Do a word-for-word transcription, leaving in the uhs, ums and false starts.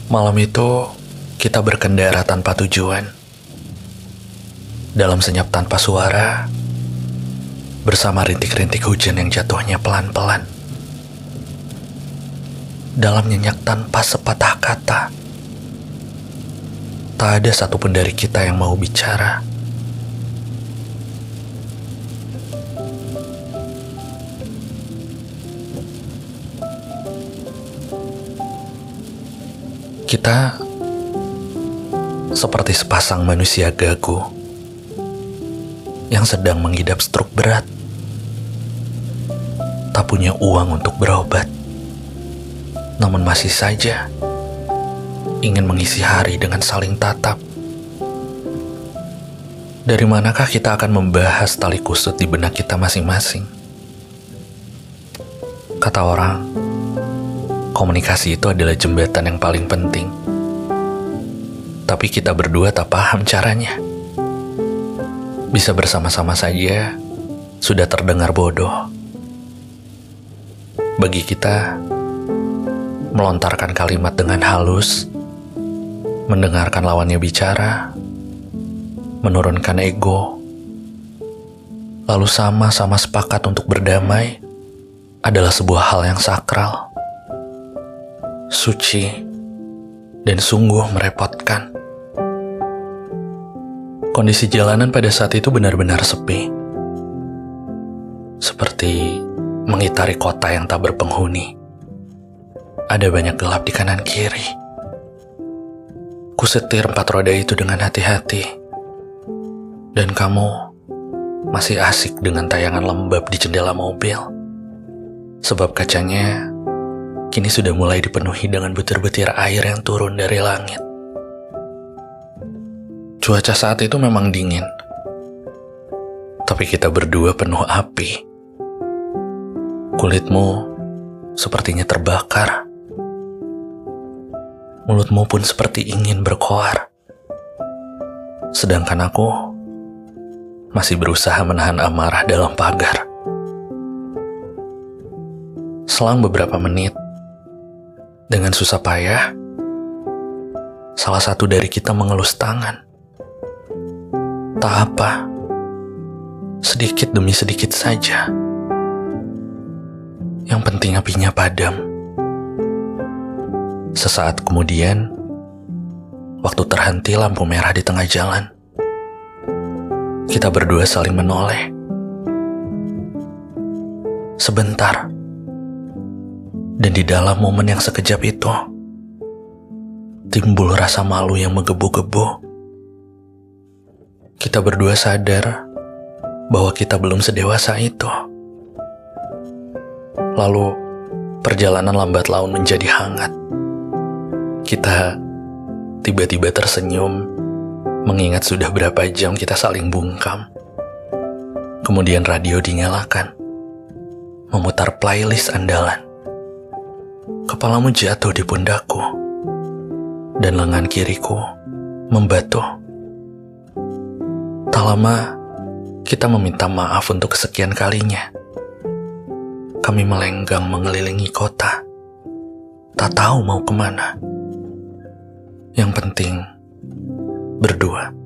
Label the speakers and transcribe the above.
Speaker 1: Malam itu, kita berkendara tanpa tujuan. Dalam senyap tanpa suara, bersama rintik-rintik hujan yang jatuhnya pelan-pelan. Dalam nyenyak tanpa sepatah kata, tak ada satupun dari kita yang mau bicara. Kita seperti sepasang manusia gagu yang sedang mengidap stroke berat, tak punya uang untuk berobat, namun masih saja ingin mengisi hari dengan saling tatap. Dari manakah kita akan membahas tali kusut di benak kita masing-masing? Kata orang, komunikasi itu adalah jembatan yang paling penting. Tapi kita berdua tak paham caranya. Bisa bersama-sama saja sudah terdengar bodoh. Bagi kita, melontarkan kalimat dengan halus, mendengarkan lawannya bicara, menurunkan ego, lalu sama-sama sepakat untuk berdamai adalah sebuah hal yang sakral, suci, dan sungguh merepotkan. Kondisi jalanan pada saat itu benar-benar sepi, seperti mengitari kota yang tak berpenghuni. Ada banyak gelap di kanan kiri. Kusetir empat roda itu dengan hati-hati, dan kamu masih asik dengan tayangan lembab di jendela mobil, sebab kacanya kini sudah mulai dipenuhi dengan butir-butir air yang turun dari langit. Cuaca saat itu memang dingin, tapi kita berdua penuh api. Kulitmu sepertinya terbakar. Mulutmu pun seperti ingin berkoar. Sedangkan aku masih berusaha menahan amarah dalam pagar. Selang beberapa menit, dengan susah payah, salah satu dari kita mengelus tangan. Tak apa, sedikit demi sedikit saja. Yang penting apinya padam. Sesaat kemudian, waktu terhenti lampu merah di tengah jalan, kita berdua saling menoleh. Sebentar, dan di dalam momen yang sekejap itu, timbul rasa malu yang menggebu-gebu. Kita berdua sadar bahwa kita belum sedewasa itu. Lalu, perjalanan lambat laun menjadi hangat. Kita tiba-tiba tersenyum, mengingat sudah berapa jam kita saling bungkam. Kemudian radio dinyalakan, memutar playlist andalan. Kepalamu jatuh di pundakku, dan lengan kiriku membatuh. Tak lama, kita meminta maaf untuk kesekian kalinya. Kami melenggang mengelilingi kota, tak tahu mau kemana. Yang penting, berdua.